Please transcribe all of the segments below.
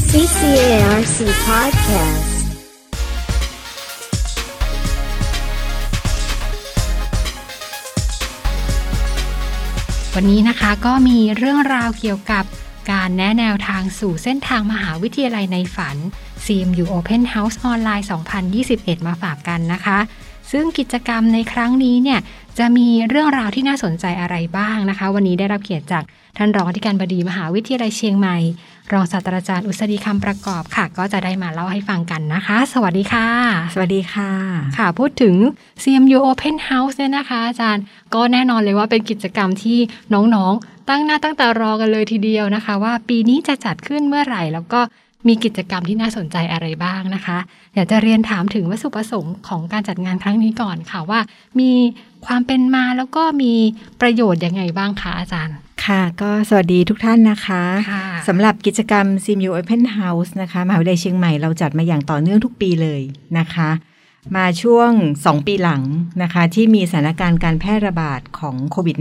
CCARC Podcast วันนี้นะคะก็มีเรื่องราวเกี่ยวกับการแนะแนวทางสู่เส้นทางมหาวิทยาลัยในฝัน CMU Open House ออนไลน์ 2021 มาฝากกันนะคะซึ่งกิจกรรมในครั้งนี้เนี่ยจะมีเรื่องราวที่น่าสนใจอะไรบ้างนะคะวันนี้ได้รับเกียรติจากท่านรองอธิการบดีมหาวิทยาลัยเชียงใหม่รองศาสตราจารย์อุษฎีคำประกอบค่ะก็จะได้มาเล่าให้ฟังกันนะคะสวัสดีค่ะสวัสดีค่ะค่ะพูดถึง CMU Open House เนี่ยนะคะอาจารย์ก็แน่นอนเลยว่าเป็นกิจกรรมที่น้องๆตั้งหน้าตั้งตารอกันเลยทีเดียวนะคะว่าปีนี้จะจัดขึ้นเมื่อไหร่แล้วก็มีกิจกรรมที่น่าสนใจอะไรบ้างนะคะอยากจะเรียนถามถึงวัตถุประสงค์ของการจัดงานครั้งนี้ก่อนค่ะว่ามีความเป็นมาแล้วก็มีประโยชน์ยังไงบ้างคะอาจารย์ค่ะก็สวัสดีทุกท่านนะคะสำหรับกิจกรรม CMU Open House นะคะมหาวิทยาลัยเชียงใหม่เราจัดมาอย่างต่อเนื่องทุกปีเลยนะคะมาช่วง2ปีหลังนะคะที่มีสถานการณ์การแพร่ระบาดของโควิด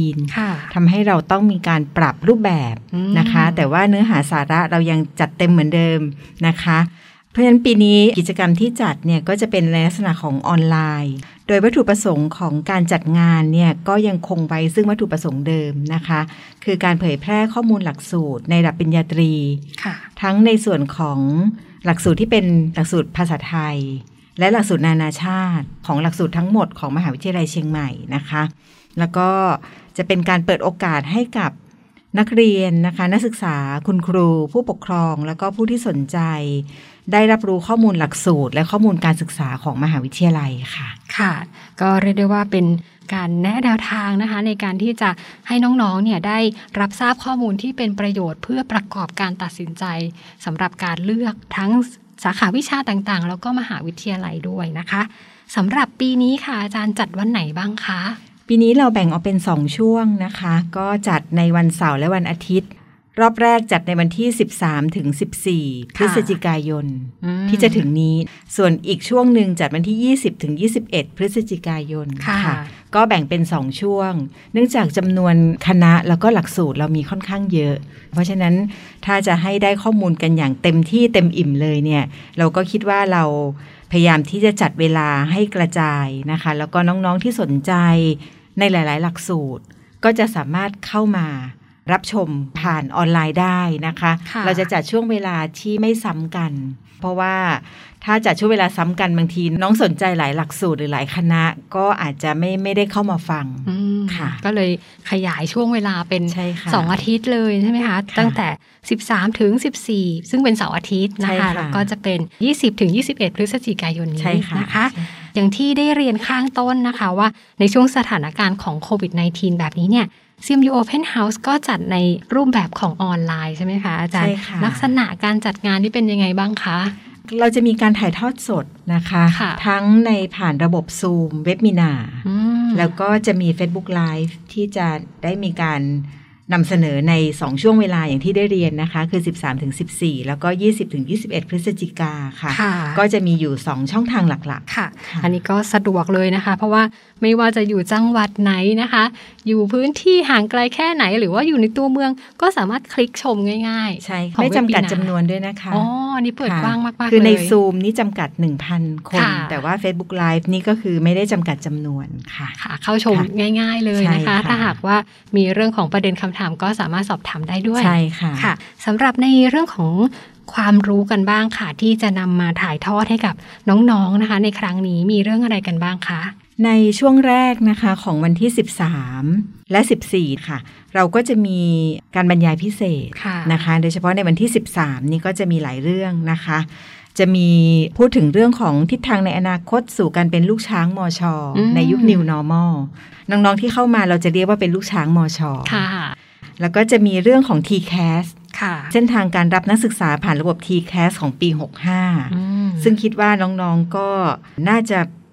-19 ทำให้เราต้องมีการปรับรูปแบบนะคะแต่ว่าเนื้อหาสาระเรายังจัดเต็มเหมือนเดิมนะคะเพราะฉะนั้นปีนี้กิจกรรมที่จัดเนี่ยก็จะเป็นในลักษณะของออนไลน์โดยวัตถุประสงค์ของการจัดงานเนี่ยก็ยังคงไว้ซึ่งวัตถุประสงค์เดิมนะคะคือการเผยแพร่ข้อมูลหลักสูตรในระดับปริญญาตรีทั้งในส่วนของหลักสูตรที่เป็นหลักสูตรภาษาไทยและหลักสูตรนานาชาติของหลักสูตรทั้งหมดของมหาวิทยาลัยเชียงใหม่นะคะแล้วก็จะเป็นการเปิดโอกาสให้กับนักเรียนนะคะนักศึกษาคุณครูผู้ปกครองแล้วก็ผู้ที่สนใจได้รับรู้ข้อมูลหลักสูตรและข้อมูลการศึกษาของมหาวิทยาลัยค่ะค่ะก็เรียกได้ว่าเป็นการแนะแนวทางนะคะในการที่จะให้น้องๆเนี่ยได้รับทราบข้อมูลที่เป็นประโยชน์เพื่อประกอบการตัดสินใจสำหรับการเลือกทั้งสาขาวิชาต่างๆแล้วก็มหาวิทยาลัยด้วยนะคะสำหรับปีนี้ค่ะอาจารย์จัดวันไหนบ้างคะปีนี้เราแบ่งออกเป็น2ช่วงนะคะก็จัดในวันเสาร์และวันอาทิตย์รอบแรกจัดในวันที่13ถึง14พฤศจิกายนที่จะถึงนี้ส่วนอีกช่วงหนึ่งจัดวันที่20ถึง21พฤศจิกายนค่ะก็แบ่งเป็น2ช่วงเนื่องจากจำนวนคณะแล้วก็หลักสูตรเรามีค่อนข้างเยอะเพราะฉะนั้นถ้าจะให้ได้ข้อมูลกันอย่างเต็มที่เต็มอิ่มเลยเนี่ยเราก็คิดว่าเราพยายามที่จะจัดเวลาให้กระจายนะคะแล้วก็น้องๆที่สนใจในหลายๆหลักสูตรก็จะสามารถเข้ามารับชมผ่านออนไลน์ได้นะคะเราจะจัดช่วงเวลาที่ไม่ซ้ำกันเพราะว่าถ้าจัดช่วงเวลาซ้ำกันบางทีน้องสนใจหลายหลักสูตรหรือหลายคณะก็อาจจะไม่ได้เข้ามาฟังค่ะก็เลยขยายช่วงเวลาเป็น2อาทิตย์เลยใช่ไหมคะตั้งแต่13ถึง14ซึ่งเป็นเสาร์อาทิตย์นะคะแล้วก็จะเป็น20ถึง21พฤศจิกายนนี้นะคะอย่างที่ได้เรียนข้างต้นนะคะว่าในช่วงสถานการณ์ของโควิด -19 แบบนี้เนี่ยCMU Open House ก็จัดในรูปแบบของออนไลน์ใช่ไหมคะอาจารย์ลักษณะการจัดงานนี่เป็นยังไงบ้างคะเราจะมีการถ่ายทอดสดนะคะทั้งในผ่านระบบ Zoom เว็บมินาแล้วก็จะมี Facebook Live ที่จะได้มีการนำเสนอใน2ช่วงเวลาอย่างที่ได้เรียนนะคะคือ13ถึง14แล้วก็20ถึง21พฤศจิกาค่ะก็จะมีอยู่2ช่องทางหลักๆค่ะอันนี้ก็สะดวกเลยนะคะเพราะว่าไม่ว่าจะอยู่จังหวัดไหนนะคะอยู่พื้นที่ห่างไกลแค่ไหนหรือว่าอยู่ในตัวเมืองก็สามารถคลิกชมง่ายๆใช่ไม่จำกัดจำนวนด้วยนะคะอ๋ออันนี้เปิดกว้างมากๆเลยคือใน Zoom นี่จำกัด 1,000 คนแต่ว่า Facebook Live นี่ก็คือไม่ได้จำกัดจำนวนค่ะเข้าชมง่ายๆเลยนะคะถ้าหากว่ามีเรื่องของประเด็นคำถามก็สามารถสอบถามได้ด้วยใช่ค่ะค่ะสำหรับในเรื่องของความรู้กันบ้างค่ะที่จะนำมาถ่ายทอดให้กับน้องๆนะคะในครั้งนี้มีเรื่องอะไรกันบ้างคะในช่วงแรกนะคะของวันที่13และ14ค่ะเราก็จะมีการบรรยายพิเศษนะคะโดยเฉพาะในวันที่13นี่ก็จะมีหลายเรื่องนะคะจะมีพูดถึงเรื่องของทิศทางในอนาคตสู่การเป็นลูกช้างมช.ในยุค New Normal น้องๆที่เข้ามาเราจะเรียกว่าเป็นลูกช้างมช.แล้วก็จะมีเรื่องของ TCAS เส้นทางการรับนักศึกษาผ่านระบบ TCAS ของปี65ซึ่งคิดว่าน้องๆก็น่าจะ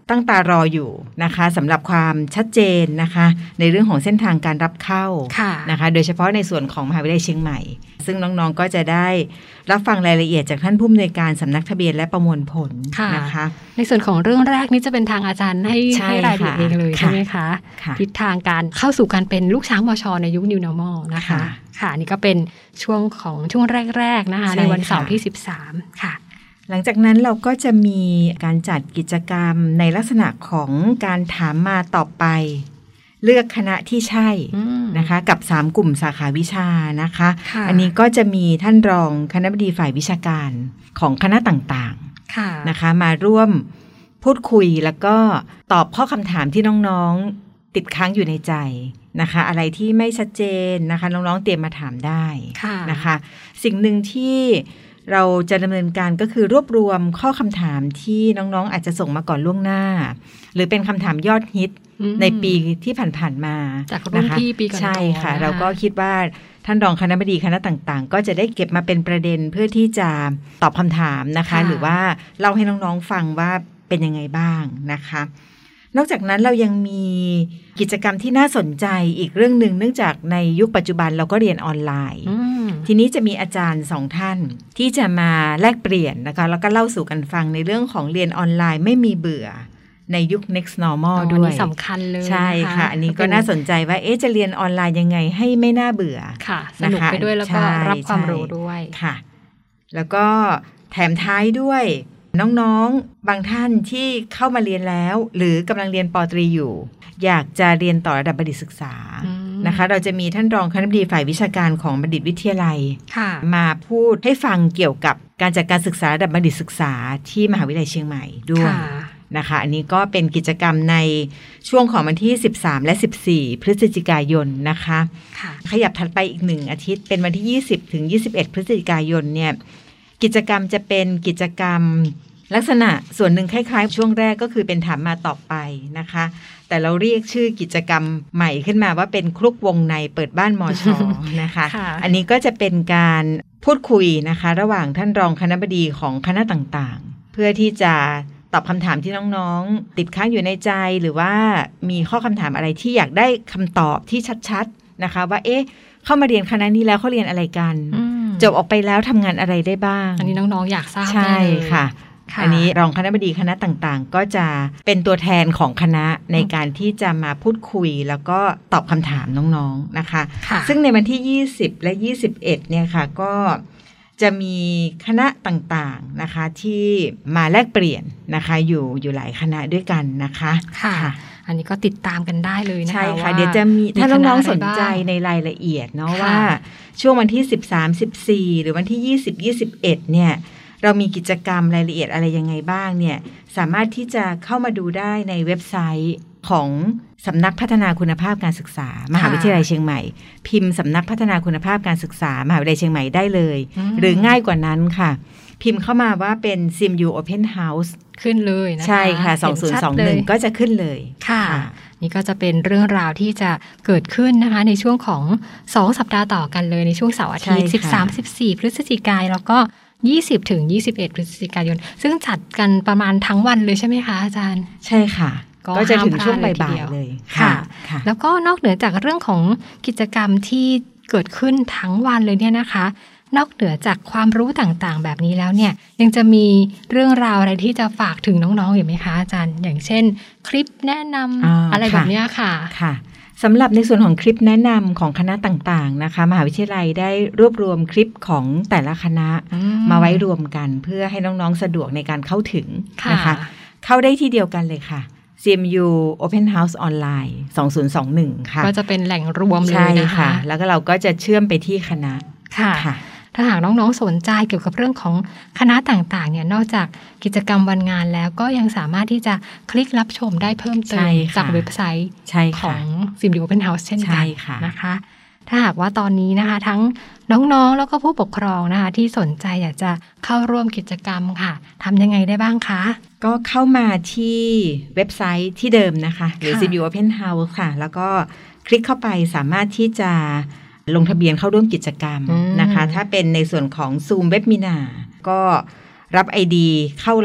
ตั้งตารออยู่นะคะสำหรับความชัดเจนนะคะในเรื่องของเส้นทางการรับเข้านะคะโดยเฉพาะในส่วนของมหาวิทยาลัยเชียงใหม่ซึ่งน้องๆก็จะได้รับฟังรายละเอียดจากท่านผู้อำนวยการสำนักทะเบียนและประมวลผลนะคะในส่วนของเรื่องแรกนี้จะเป็นทางอาจารย์ให้รายละเอียดเองเลยใช่ไหมคะทิศทางการเข้าสู่การเป็นลูกช้างมช.ในยุค New Normal นะคะค่ะนี่ก็เป็นช่วงแรกๆนะคะในวันเสาร์ที่13ค่ะหลังจากนั้นเราก็จะมีการจัดกิจกรรมในลักษณะของการถามมาตอบไปเลือกคณะที่ใช่นะคะกับ3กลุ่มสาขาวิชานะคะอันนี้ก็จะมีท่านรองคณบดีฝ่ายวิชาการของคณะต่างๆนะคะมาร่วมพูดคุยแล้วก็ตอบข้อคำถามที่น้องๆติดค้างอยู่ในใจนะคะอะไรที่ไม่ชัดเจนนะคะน้องๆเตรียมมาถามได้นะคะสิ่งหนึ่งที่เราจะดำเนินการก็คือรวบรวมข้อคำถามที่น้องๆอาจจะส่งมาก่อนล่วงหน้าหรือเป็นคำถามยอดฮิตในปีที่ผ่านๆมาจากรุ่นพี่ปีก่อนๆใช่ค่ะเราก็คิดว่าท่านรองคณบดีคณะต่างๆก็จะได้เก็บมาเป็นประเด็นเพื่อที่จะตอบคำถามนะคะหรือว่าเล่าให้น้องๆฟังว่าเป็นยังไงบ้างนะคะนอกจากนั้นเรายังมีกิจกรรมที่น่าสนใจอีกเรื่องหนึ่งเนื่องจากในยุคปัจจุบันเราก็เรียนออนไลน์ทีนี้จะมีอาจารย์2ท่านที่จะมาแลกเปลี่ยนนะคะแล้วก็เล่าสู่กันฟังในเรื่องของเรียนออนไลน์ไม่มีเบื่อในยุค next normal ด้วยนี่สำคัญเลยใช่ค่ะอันนี้ก็น่าสนใจว่าจะเรียนออนไลน์ยังไงให้ไม่น่าเบื่อค่ะสนุกไปด้วยแล้วก็รับความรู้ด้วยค่ะแล้วก็แถมท้ายด้วยน้องๆบางท่านที่เข้ามาเรียนแล้วหรือกำลังเรียนป.ตรีอยู่อยากจะเรียนต่อระดับบัณฑิตศึกษานะคะเราจะมีท่านรองคณบดีฝ่ายวิชาการของบัณฑิตวิทยาลัยมาพูดให้ฟังเกี่ยวกับการจัดการศึกษาระดับบัณฑิตศึกษาที่มหาวิทยาลัยเชียงใหม่ด้วยนะคะอันนี้ก็เป็นกิจกรรมในช่วงของวันที่13และ14พฤศจิกายนนะคะขยับถัดไปอีก1อาทิตย์เป็นวันที่20ถึง21พฤศจิกายนเนี่ยกิจกรรมจะเป็นกิจกรรมลักษณะส่วนหนึ่งคล้ายๆช่วงแรกก็คือเป็นถามมาตอบไปนะคะแต่เราเรียกชื่อกิจกรรมใหม่ขึ้นมาว่าเป็นคลุกวงในเปิดบ้านมช นะคะ อันนี้ก็จะเป็นการพูดคุยนะคะระหว่างท่านรองคณบดีของคณะต่างๆเพื่อที่จะตอบคำถามที่น้องๆติดค้างอยู่ในใจหรือว่ามีข้อคำถามอะไรที่อยากได้คำตอบที่ชัดๆนะคะว่าเข้ามาเรียนคณะนี้แล้วเขาเรียนอะไรกันจบออกไปแล้วทำงานอะไรได้บ้างอันนี้น้องๆอยากทราบใช่ค่ะอันนี้รองคณบดีคณะต่างๆก็จะเป็นตัวแทนของคณะในการที่จะมาพูดคุยแล้วก็ตอบคำถามน้องๆนะคะซึ่งในวันที่20และ21เนี่ยค่ะก็จะมีคณะต่างๆนะคะที่มาแลกเปลี่ยนนะคะอยู่หลายคณะด้วยกันนะคะค่ะอันนี้ก็ติดตามกันได้เลยนะคะใช่ค่ะเดี๋ยวจะมีถ้าน้องๆสนใจในรายละเอียดเนาะว่าช่วงวันที่13-14หรือวันที่20-21เนี่ยเรามีกิจกรรมรายละเอียดอะไรยังไงบ้างเนี่ยสามารถที่จะเข้ามาดูได้ในเว็บไซต์ของสำนักพัฒนาคุณภาพการศึกษามหาวิทยาลัยเชียงใหม่พิมพ์สำนักพัฒนาคุณภาพการศึกษามหาวิทยาลัยเชียงใหม่ได้เลยหรือง่ายกว่านั้นค่ะพิมพ์เข้ามาว่าเป็น CMU Open House ขึ้นเลยนะคะใช่ค่ะ2021ก็จะขึ้นเลยค่ะนี่ก็จะเป็นเรื่องราวที่จะเกิดขึ้นนะคะในช่วงของ2สัปดาห์ต่อกันเลยในช่วงเสาร์อาทิตย์13-14พฤศจิกายนแล้วก็20ถึง21พฤศจิกายนซึ่งจัดกันประมาณทั้งวันเลยใช่ไหมคะอาจารย์ใช่ค่ะก็จะถึงช่วงบ่ายๆเลยค่ะแล้วก็นอกเหนือจากเรื่องของกิจกรรมที่เกิดขึ้นทั้งวันเลยเนี่ยนะคะนอกเหนือจากความรู้ต่างๆแบบนี้แล้วเนี่ยยังจะมีเรื่องราวอะไรที่จะฝากถึงน้องๆอยู่ไหมคะอาจารย์อย่างเช่นคลิปแนะนำอะไรแบบนี้ค่ะค่ะสำหรับในส่วนของคลิปแนะนำของคณะต่างๆนะคะมหาวิทยาลัยได้รวบรวมคลิปของแต่ละคณะมาไว้รวมกันเพื่อให้น้องๆสะดวกในการเข้าถึงนะคะเข้าได้ที่เดียวกันเลยค่ะ CMU Open House Online 2021ค่ะก็จะเป็นแหล่งรวมเลยนะคะแล้วก็เราก็จะเชื่อมไปที่คณะค่ะถ้าหากน้องๆสนใจเกี่ยวกับเรื่องของคณะต่างๆเนี่ยนอกจากกิจกรรมวันงานแล้วก็ยังสามารถที่จะคลิกรับชมได้เพิ่มเติมจากเว็บไซต์ของ CMU Open House เช่นกันนะคะถ้าหากว่าตอนนี้นะคะทั้งน้องๆแล้วก็ผู้ปกครองนะคะที่สนใจอยากจะเข้าร่วมกิจกรรมค่ะทำยังไงได้บ้างคะก็เข้ามาที่เว็บไซต์ที่เดิมนะคะหรือ CMU Open House ค่ะแล้วก็คลิกเข้าไปสามารถที่จะลงทะเบียนเข้าร่วมกิจกรรมนะคะถ้าเป็นในส่วนของ Zoom Webinar ก็รับ ID เข้าระบบ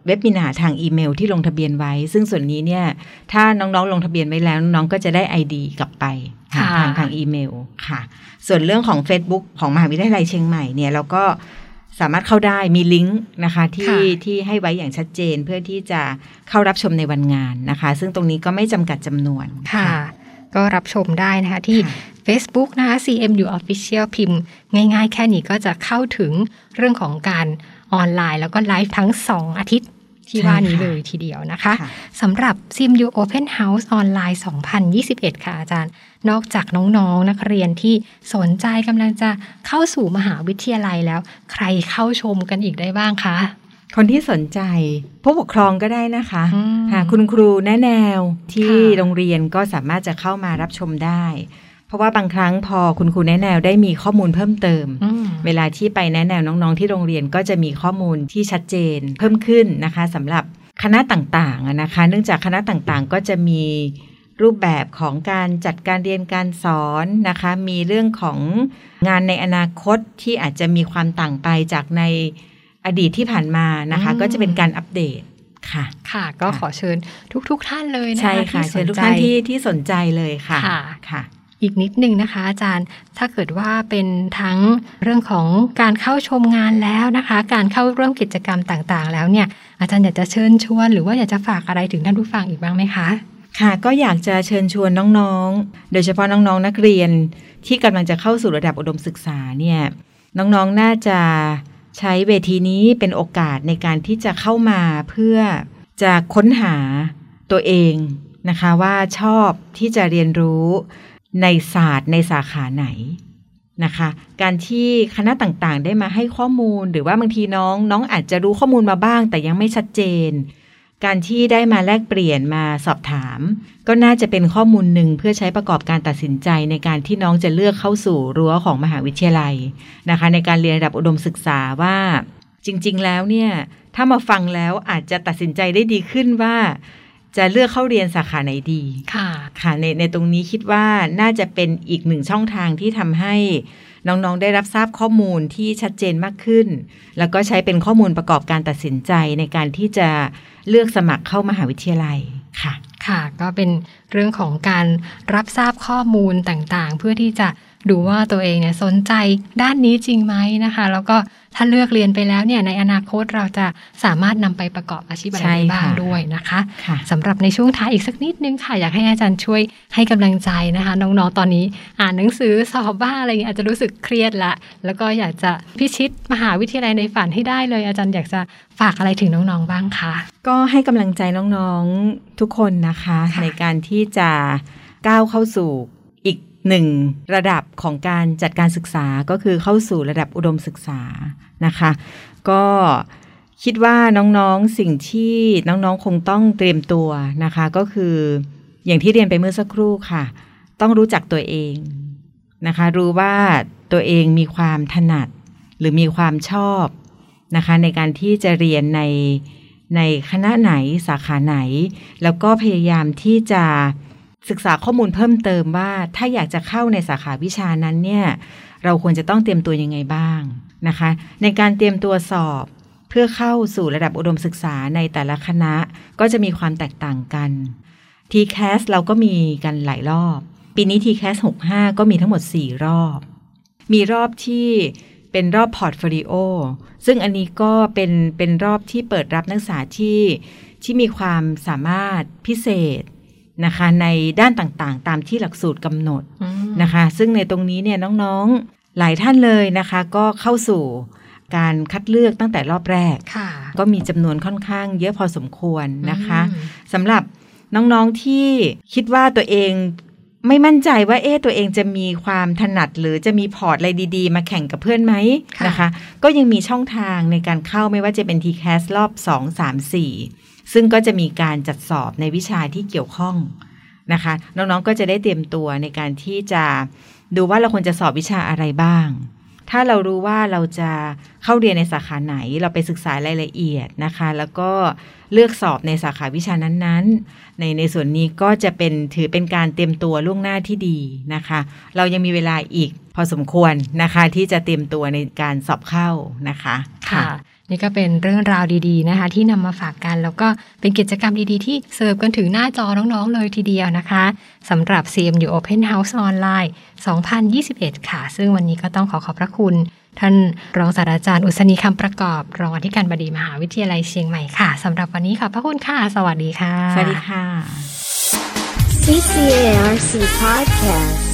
เว็บมินาทางอีเมลที่ลงทะเบียนไว้ซึ่งส่วนนี้เนี่ยถ้าน้องๆลงทะเบียนไว้แล้วน้องๆก็จะได้ ID กลับไปทางอีเมลค่ะส่วนเรื่องของ Facebook ของมหาวิทยาลัยเชียงใหม่เนี่ยเราก็สามารถเข้าได้มีลิงก์นะคะที่ให้ไว้อย่างชัดเจนเพื่อที่จะเข้ารับชมในวันงานนะคะซึ่งตรงนี้ก็ไม่จำกัดจำนวนค่ะก็รับชมได้นะคะที่ Facebook นะคะ CMU Official พิมพ์ง่ายๆแค่นี้ก็จะเข้าถึงเรื่องของการออนไลน์แล้วก็ไลฟ์ทั้ง2อาทิตย์ที่ว่านี้เลยทีเดียวนะคะสำหรับ CMU Open House ออนไลน์ 2021 ค่ะอาจารย์นอกจากน้องๆนักเรียนที่สนใจกำลังจะเข้าสู่มหาวิทยาลัยแล้วใครเข้าชมกันอีกได้บ้างคะคนที่สนใจผู้ปกครองก็ได้นะคะคุณครูแนะแนวที่โรงเรียนก็สามารถจะเข้ามารับชมได้เพราะว่าบางครั้งพอคุณครูแนะแนวได้มีข้อมูลเพิ่มเติมเวลาที่ไปแนะแนวน้องๆที่โรงเรียนก็จะมีข้อมูลที่ชัดเจนเพิ่มขึ้นนะคะสำหรับคณะต่างๆนะคะเนื่องจากคณะต่างๆก็จะมีรูปแบบของการจัดการเรียนการสอนนะคะมีเรื่องของงานในอนาคตที่อาจจะมีความต่างไปจากในอดีตที่ผ่านมานะคะก็จะเป็นการอัปเดตค่ะค่ะก็ขอเชิญทุกท่านเลยนะคะใช่ค่ะเชิญทุกท่านที่สนใจเลยค่ะค่ะอีกนิดนึงนะคะอาจารย์ถ้าเกิดว่าเป็นทั้งเรื่องของการเข้าชมงานแล้วนะคะการเข้าร่วมกิจกรรมต่างๆแล้วเนี่ยอาจารย์อยากจะเชิญชวนหรือว่าอยากจะฝากอะไรถึงท่านผู้ฟังอีกบ้างไหมคะค่ะก็อยากจะเชิญชวนน้องๆโดยเฉพาะน้องๆนักเรียนที่กำลังจะเข้าสู่ระดับอุดมศึกษาเนี่ยน้องๆน่าจะใช้เวทีนี้เป็นโอกาสในการที่จะเข้ามาเพื่อจะค้นหาตัวเองนะคะว่าชอบที่จะเรียนรู้ในศาสตร์ในสาขาไหนนะคะการที่คณะต่างๆได้มาให้ข้อมูลหรือว่าบางทีน้องอาจจะรู้ข้อมูลมาบ้างแต่ยังไม่ชัดเจนการที่ได้มาแลกเปลี่ยนมาสอบถามก็น่าจะเป็นข้อมูลหนึ่งเพื่อใช้ประกอบการตัดสินใจในการที่น้องจะเลือกเข้าสู่รั้วของมหาวิทยาลัยนะคะในการเรียนระดับอุดมศึกษาว่าจริงๆแล้วเนี่ยถ้ามาฟังแล้วอาจจะตัดสินใจได้ดีขึ้นว่าจะเลือกเข้าเรียนสาขาไหนดีค่ะในตรงนี้คิดว่าน่าจะเป็นอีกหนึ่งช่องทางที่ทำให้น้องๆได้รับทราบข้อมูลที่ชัดเจนมากขึ้นแล้วก็ใช้เป็นข้อมูลประกอบการตัดสินใจในการที่จะเลือกสมัครเข้ามหาวิทยาลัยค่ะก็เป็นเรื่องของการรับทราบข้อมูลต่างๆเพื่อที่จะดูว่าตัวเองเนี่ยสนใจด้านนี้จริงไหมนะคะแล้วก็ถ้าเลือกเรียนไปแล้วเนี่ยในอนาคตเราจะสามารถนำไปประกอบอาชีพอะไรได้บ้างด้วยนะคะสำหรับในช่วงท้ายอีกสักนิดนึงค่ะอยากให้อาจารย์ช่วยให้กำลังใจนะคะน้องๆตอนนี้อ่านหนังสือสอบบ้างอะไรอย่างเงี้ยอาจจะรู้สึกเครียดละแล้วก็อยากจะพิชิตมหาวิทยาลัยในฝันให้ได้เลยอาจารย์อยากจะฝากอะไรถึงน้องๆบ้างคะก็ให้กำลังใจน้องๆทุกคนนะคะในการที่จะก้าวเข้าสู่อีกหนึ่งระดับของการจัดการศึกษาก็คือเข้าสู่ระดับอุดมศึกษานะคะก็คิดว่าน้องๆสิ่งที่น้องๆคงต้องเตรียมตัวนะคะก็คืออย่างที่เรียนไปเมื่อสักครู่ค่ะต้องรู้จักตัวเองนะคะรู้ว่าตัวเองมีความถนัดหรือมีความชอบนะคะในการที่จะเรียนในคณะไหนสาขาไหนแล้วก็พยายามที่จะศึกษาข้อมูลเพิ่มเติมว่าถ้าอยากจะเข้าในสาขาวิชานั้นเนี่ยเราควรจะต้องเตรียมตัวยังไงบ้างนะคะในการเตรียมตัวสอบเพื่อเข้าสู่ระดับอุดมศึกษาในแต่ละคณะก็จะมีความแตกต่างกัน TCAS เราก็มีกันหลายรอบปีนี้ TCAS 65ก็มีทั้งหมด4รอบมีรอบที่เป็นรอบพอร์ตโฟลิโอซึ่งอันนี้ก็เป็นรอบที่เปิดรับนักศึกษาที่มีความสามารถพิเศษนะคะในด้านต่างๆตามที่หลักสูตรกำหนดนะคะซึ่งในตรงนี้เนี่ยน้องๆหลายท่านเลยนะคะก็เข้าสู่การคัดเลือกตั้งแต่รอบแรกก็มีจำนวนค่อนข้างเยอะพอสมควรนะคะสำหรับน้องๆที่คิดว่าตัวเองไม่มั่นใจว่าตัวเองจะมีความถนัดหรือจะมีพอร์ตอะไรดีๆมาแข่งกับเพื่อนไหมนะคะก็ยังมีช่องทางในการเข้าไม่ว่าจะเป็น TCAS รอบ2 3 4ซึ่งก็จะมีการจัดสอบในวิชาที่เกี่ยวข้องนะคะน้องๆก็จะได้เตรียมตัวในการที่จะดูว่าเราควรจะสอบวิชาอะไรบ้างถ้าเรารู้ว่าเราจะเข้าเรียนในสาขาไหนเราไปศึกษารายละเอียดนะคะแล้วก็เลือกสอบในสาขาวิชานั้นๆในส่วนนี้ก็จะถือเป็นการเตรียมตัวล่วงหน้าที่ดีนะคะเรายังมีเวลาอีกพอสมควรนะคะที่จะเตรียมตัวในการสอบเข้านะคะค่ะนี่ก็เป็นเรื่องราวดีๆนะคะที่นำมาฝากกันแล้วก็เป็นกิจกรรมดีๆที่เสิร์ฟกันถึงหน้าจอน้องๆเลยทีเดียวนะคะสำหรับ CMU Open House Online 2021 ค่ะซึ่งวันนี้ก็ต้องขอบพระคุณท่านรองศาสตราจารย์อุษณีคำประกอบรองอธิการบดีมหาวิทยาลัยเชียงใหม่ค่ะสำหรับวันนี้ขอบพระคุณค่ะสวัสดีค่ะสวัสดีค่ะ CCARC Podcast